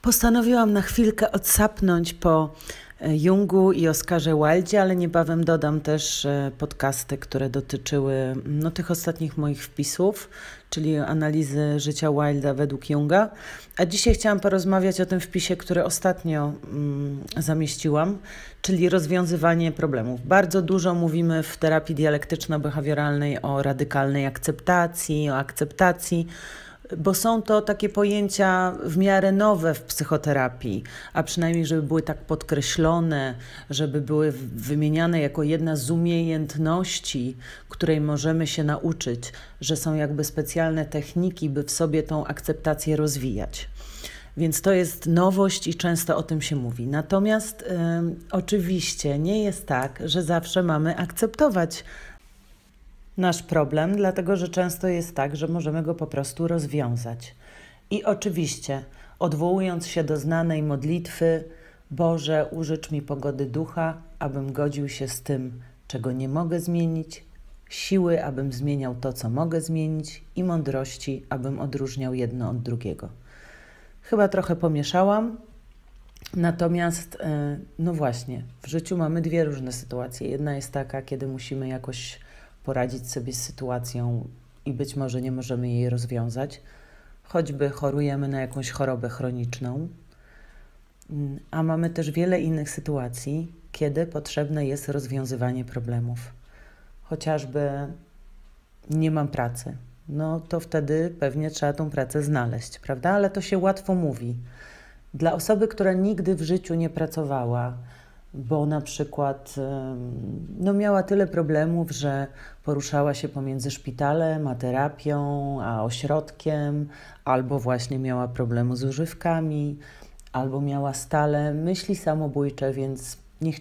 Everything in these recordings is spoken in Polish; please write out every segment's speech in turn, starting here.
Postanowiłam na chwilkę odsapnąć po Jungu i Oscarze Wildzie, ale niebawem dodam też podcasty, które dotyczyły tych ostatnich moich wpisów, czyli analizy życia Wilda według Junga. A dzisiaj chciałam porozmawiać o tym wpisie, który ostatnio zamieściłam, czyli rozwiązywanie problemów. Bardzo dużo mówimy w terapii dialektyczno-behawioralnej o radykalnej akceptacji, o akceptacji, bo są to takie pojęcia w miarę nowe w psychoterapii, a przynajmniej żeby były tak podkreślone, żeby były wymieniane jako jedna z umiejętności, której możemy się nauczyć, że są jakby specjalne techniki, by w sobie tą akceptację rozwijać. Więc to jest nowość i często o tym się mówi. Natomiast oczywiście nie jest tak, że zawsze mamy akceptować nasz problem, dlatego że często jest tak, że możemy go po prostu rozwiązać. I oczywiście, odwołując się do znanej modlitwy: Boże, użycz mi pogody ducha, abym godził się z tym, czego nie mogę zmienić, siły, abym zmieniał to, co mogę zmienić, i mądrości, abym odróżniał jedno od drugiego. Chyba trochę pomieszałam, natomiast no właśnie, w życiu mamy dwie różne sytuacje. Jedna jest taka, kiedy musimy jakoś poradzić sobie z sytuacją i być może nie możemy jej rozwiązać, choćby chorujemy na jakąś chorobę chroniczną, a mamy też wiele innych sytuacji, kiedy potrzebne jest rozwiązywanie problemów. Chociażby nie mam pracy, no to wtedy pewnie trzeba tą pracę znaleźć, prawda? Ale to się łatwo mówi. Dla osoby, która nigdy w życiu nie pracowała, bo na przykład miała tyle problemów, że poruszała się pomiędzy szpitalem a terapią, a ośrodkiem, albo właśnie miała problemu z używkami, albo miała stale myśli samobójcze, więc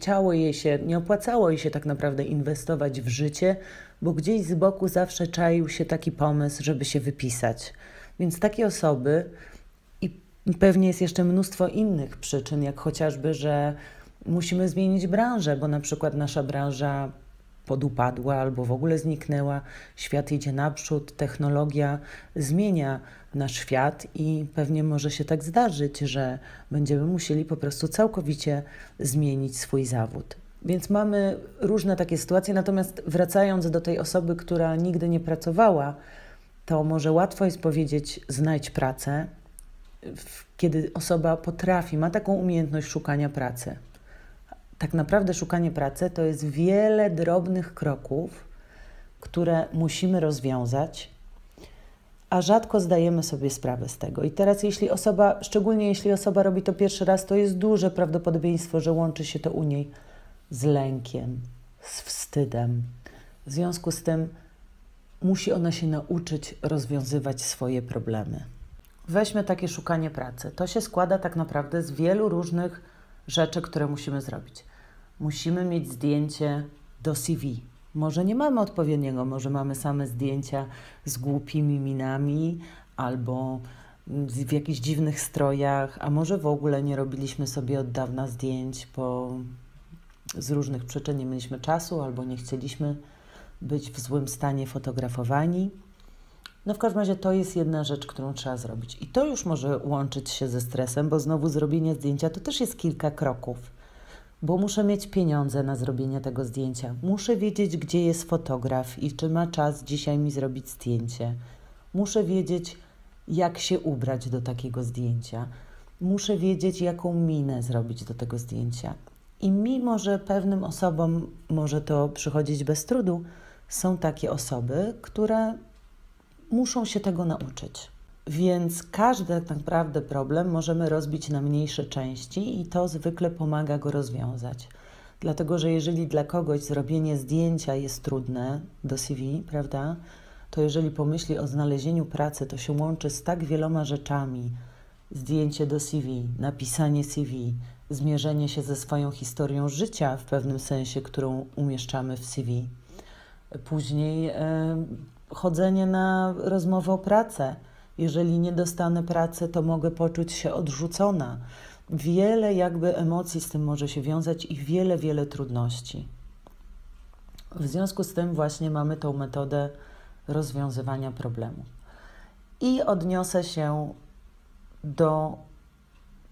nie opłacało jej się tak naprawdę inwestować w życie, bo gdzieś z boku zawsze czaił się taki pomysł, żeby się wypisać. Więc takie osoby, i pewnie jest jeszcze mnóstwo innych przyczyn, jak chociażby, że musimy zmienić branżę, bo na przykład nasza branża podupadła albo w ogóle zniknęła. Świat idzie naprzód, technologia zmienia nasz świat i pewnie może się tak zdarzyć, że będziemy musieli po prostu całkowicie zmienić swój zawód. Więc mamy różne takie sytuacje, natomiast wracając do tej osoby, która nigdy nie pracowała, to może łatwo jest powiedzieć: znajdź pracę, kiedy osoba ma taką umiejętność szukania pracy. Tak naprawdę szukanie pracy to jest wiele drobnych kroków, które musimy rozwiązać, a rzadko zdajemy sobie sprawę z tego. I teraz szczególnie jeśli osoba robi to pierwszy raz, to jest duże prawdopodobieństwo, że łączy się to u niej z lękiem, z wstydem. W związku z tym musi ona się nauczyć rozwiązywać swoje problemy. Weźmy takie szukanie pracy. To się składa tak naprawdę z wielu różnych rzeczy, które musimy zrobić. Musimy mieć zdjęcie do CV. Może nie mamy odpowiedniego, może mamy same zdjęcia z głupimi minami albo w jakichś dziwnych strojach, a może w ogóle nie robiliśmy sobie od dawna zdjęć, bo z różnych przyczyn nie mieliśmy czasu albo nie chcieliśmy być w złym stanie fotografowani. W każdym razie to jest jedna rzecz, którą trzeba zrobić. I to już może łączyć się ze stresem, bo znowu zrobienie zdjęcia to też jest kilka kroków. Bo muszę mieć pieniądze na zrobienie tego zdjęcia. Muszę wiedzieć, gdzie jest fotograf i czy ma czas dzisiaj mi zrobić zdjęcie. Muszę wiedzieć, jak się ubrać do takiego zdjęcia. Muszę wiedzieć, jaką minę zrobić do tego zdjęcia. I mimo, że pewnym osobom może to przychodzić bez trudu, są takie osoby, które muszą się tego nauczyć. Więc każdy tak naprawdę problem możemy rozbić na mniejsze części i to zwykle pomaga go rozwiązać. Dlatego, że jeżeli dla kogoś zrobienie zdjęcia jest trudne do CV, prawda, to jeżeli pomyśli o znalezieniu pracy, to się łączy z tak wieloma rzeczami. Zdjęcie do CV, napisanie CV, zmierzenie się ze swoją historią życia w pewnym sensie, którą umieszczamy w CV. Później chodzenie na rozmowę o pracę. Jeżeli nie dostanę pracy, to mogę poczuć się odrzucona. Wiele emocji z tym może się wiązać i wiele trudności. W związku z tym właśnie mamy tą metodę rozwiązywania problemu. I odniosę się do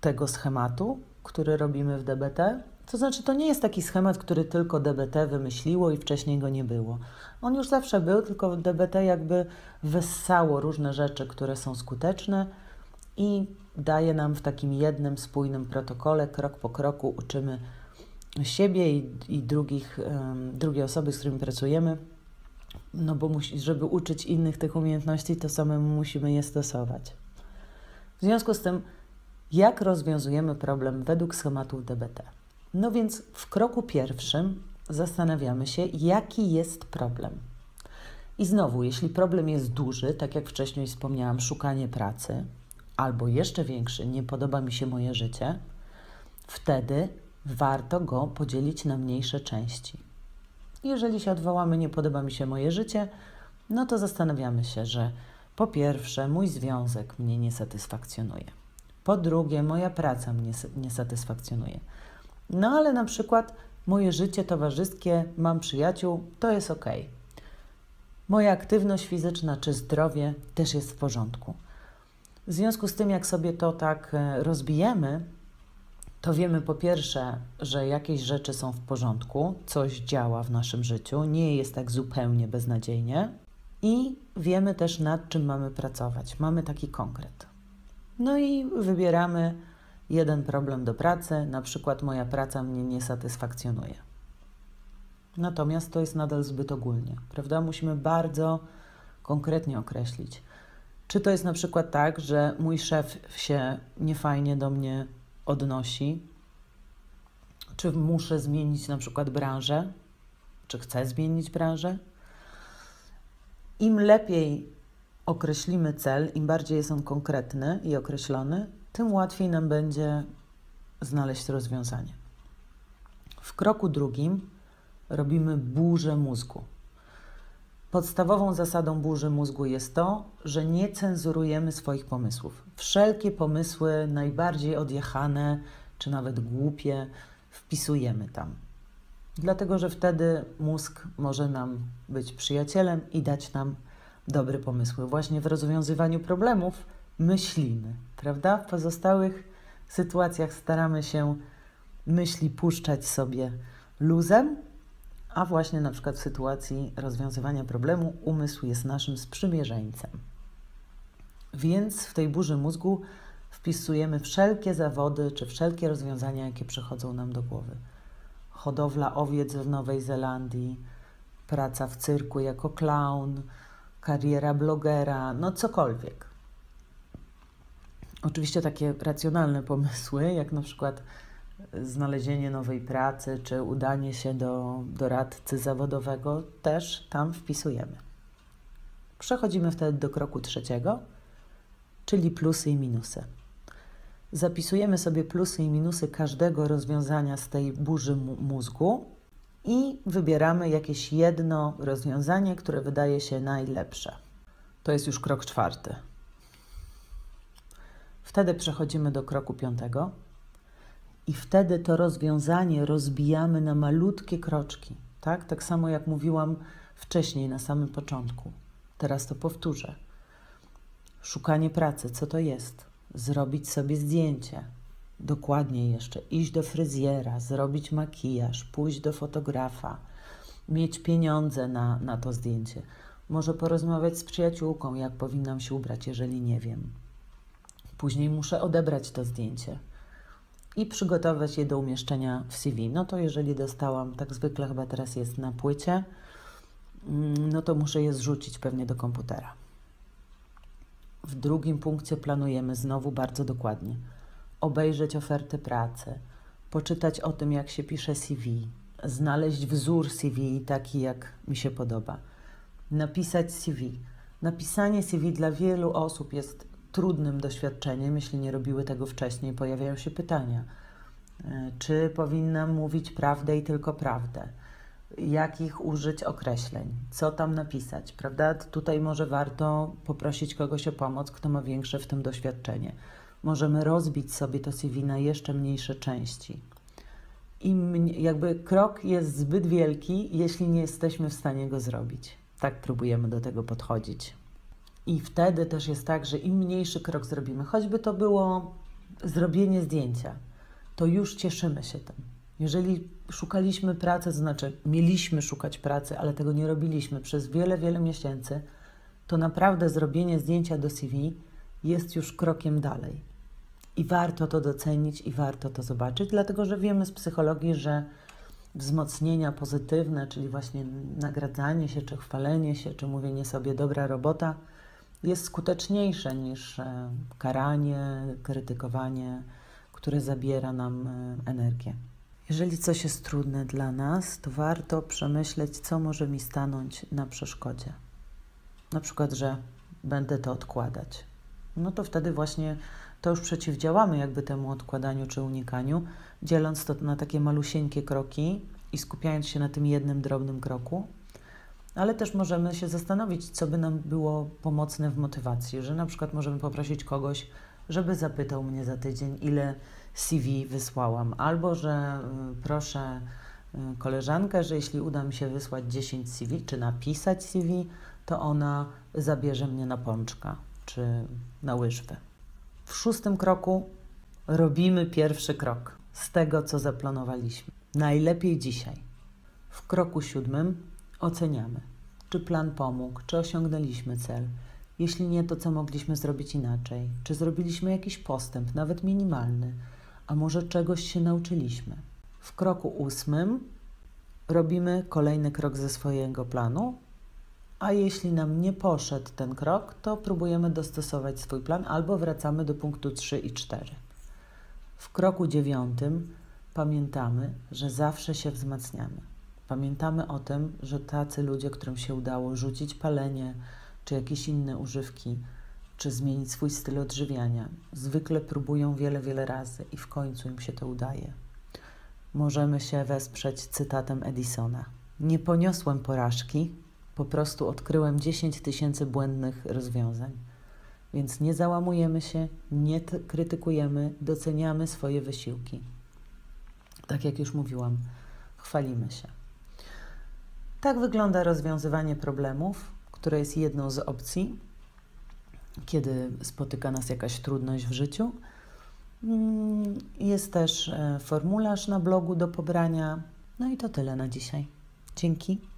tego schematu, który robimy w DBT. To znaczy, to nie jest taki schemat, który tylko DBT wymyśliło i wcześniej go nie było. On już zawsze był, tylko DBT jakby wessało różne rzeczy, które są skuteczne i daje nam w takim jednym, spójnym protokole, krok po kroku uczymy siebie i drugie osoby, z którymi pracujemy, no bo żeby uczyć innych tych umiejętności, to samemu musimy je stosować. W związku z tym, jak rozwiązujemy problem według schematów DBT? No więc w kroku pierwszym zastanawiamy się, jaki jest problem. I znowu, jeśli problem jest duży, tak jak wcześniej wspomniałam, szukanie pracy, albo jeszcze większy, nie podoba mi się moje życie, wtedy warto go podzielić na mniejsze części. Jeżeli się odwołamy, nie podoba mi się moje życie, no to zastanawiamy się, że po pierwsze, mój związek mnie nie satysfakcjonuje. Po drugie, moja praca mnie nie satysfakcjonuje. No ale na przykład moje życie towarzyskie, mam przyjaciół, to jest ok. Moja aktywność fizyczna czy zdrowie też jest w porządku. W związku z tym, jak sobie to tak rozbijemy, to wiemy po pierwsze, że jakieś rzeczy są w porządku, coś działa w naszym życiu, nie jest tak zupełnie beznadziejnie i wiemy też, nad czym mamy pracować. Mamy taki konkret. No i wybieramy jeden problem do pracy, na przykład moja praca mnie nie satysfakcjonuje. Natomiast to jest nadal zbyt ogólnie, prawda? Musimy bardzo konkretnie określić. Czy to jest na przykład tak, że mój szef się niefajnie do mnie odnosi, czy muszę zmienić na przykład branżę, czy chcę zmienić branżę. Im lepiej określimy cel, im bardziej jest on konkretny i określony, tym łatwiej nam będzie znaleźć rozwiązanie. W kroku drugim robimy burzę mózgu. Podstawową zasadą burzy mózgu jest to, że nie cenzurujemy swoich pomysłów. Wszelkie pomysły, najbardziej odjechane, czy nawet głupie, wpisujemy tam. Dlatego, że wtedy mózg może nam być przyjacielem i dać nam dobre pomysły. Właśnie w rozwiązywaniu problemów myślimy, prawda? W pozostałych sytuacjach staramy się myśli puszczać sobie luzem, a właśnie na przykład w sytuacji rozwiązywania problemu umysł jest naszym sprzymierzeńcem. Więc w tej burzy mózgu wpisujemy wszelkie zawody czy wszelkie rozwiązania, jakie przychodzą nam do głowy. Hodowla owiec w Nowej Zelandii, praca w cyrku jako klaun, kariera blogera, no cokolwiek. Oczywiście takie racjonalne pomysły, jak na przykład znalezienie nowej pracy, czy udanie się do doradcy zawodowego, też tam wpisujemy. Przechodzimy wtedy do kroku trzeciego, czyli plusy i minusy. Zapisujemy sobie plusy i minusy każdego rozwiązania z tej burzy mózgu i wybieramy jakieś jedno rozwiązanie, które wydaje się najlepsze. To jest już krok czwarty. Wtedy przechodzimy do kroku piątego i wtedy to rozwiązanie rozbijamy na malutkie kroczki. Tak? Tak samo jak mówiłam wcześniej, na samym początku. Teraz to powtórzę. Szukanie pracy, co to jest? Zrobić sobie zdjęcie. Dokładniej jeszcze, iść do fryzjera, zrobić makijaż, pójść do fotografa, mieć pieniądze na to zdjęcie. Może porozmawiać z przyjaciółką, jak powinnam się ubrać, jeżeli nie wiem. Później muszę odebrać to zdjęcie i przygotować je do umieszczenia w CV. No to jeżeli dostałam, tak zwykle chyba teraz jest na płycie, no to muszę je zrzucić pewnie do komputera. W drugim punkcie planujemy znowu bardzo dokładnie. Obejrzeć oferty pracy, poczytać o tym, jak się pisze CV, znaleźć wzór CV taki, jak mi się podoba, napisać CV. Napisanie CV dla wielu osób jest trudnym doświadczeniem, jeśli nie robiły tego wcześniej. Pojawiają się pytania, czy powinnam mówić prawdę i tylko prawdę, jakich użyć określeń, co tam napisać, prawda? Tutaj może warto poprosić kogoś o pomoc, kto ma większe w tym doświadczenie. Możemy rozbić sobie to CV na jeszcze mniejsze części. Jakby krok jest zbyt wielki, jeśli nie jesteśmy w stanie go zrobić. Tak próbujemy do tego podchodzić. I wtedy też jest tak, że im mniejszy krok zrobimy, choćby to było zrobienie zdjęcia, to już cieszymy się tym. Jeżeli szukaliśmy pracy, to znaczy mieliśmy szukać pracy, ale tego nie robiliśmy przez wiele, wiele miesięcy, to naprawdę zrobienie zdjęcia do CV jest już krokiem dalej. I warto to docenić i warto to zobaczyć, dlatego że wiemy z psychologii, że wzmocnienia pozytywne, czyli właśnie nagradzanie się, czy chwalenie się, czy mówienie sobie dobra robota, jest skuteczniejsze niż karanie, krytykowanie, które zabiera nam energię. Jeżeli coś jest trudne dla nas, to warto przemyśleć, co może mi stanąć na przeszkodzie. Na przykład, że będę to odkładać. No to wtedy właśnie to już przeciwdziałamy jakby temu odkładaniu czy unikaniu, dzieląc to na takie malusieńkie kroki i skupiając się na tym jednym drobnym kroku. Ale też możemy się zastanowić, co by nam było pomocne w motywacji, że na przykład możemy poprosić kogoś, żeby zapytał mnie za tydzień, ile CV wysłałam, albo że proszę koleżankę, że jeśli uda mi się wysłać 10 CV, czy napisać CV, to ona zabierze mnie na pączka, czy na łyżwy. W 6. kroku robimy pierwszy krok z tego, co zaplanowaliśmy. Najlepiej dzisiaj. W kroku 7 oceniamy, czy plan pomógł, czy osiągnęliśmy cel. Jeśli nie, to co mogliśmy zrobić inaczej? Czy zrobiliśmy jakiś postęp, nawet minimalny? A może czegoś się nauczyliśmy? W kroku 8 robimy kolejny krok ze swojego planu, a jeśli nam nie poszedł ten krok, to próbujemy dostosować swój plan albo wracamy do punktu 3 i 4. W kroku 9 pamiętamy, że zawsze się wzmacniamy. Pamiętamy o tym, że tacy ludzie, którym się udało rzucić palenie, czy jakieś inne używki, czy zmienić swój styl odżywiania, zwykle próbują wiele, wiele razy i w końcu im się to udaje. Możemy się wesprzeć cytatem Edisona. Nie poniosłem porażki, po prostu odkryłem 10 000 błędnych rozwiązań. Więc nie załamujemy się, nie krytykujemy, doceniamy swoje wysiłki. Tak jak już mówiłam, chwalimy się. Tak wygląda rozwiązywanie problemów, które jest jedną z opcji, kiedy spotyka nas jakaś trudność w życiu. Jest też formularz na blogu do pobrania. No i to tyle na dzisiaj. Dzięki.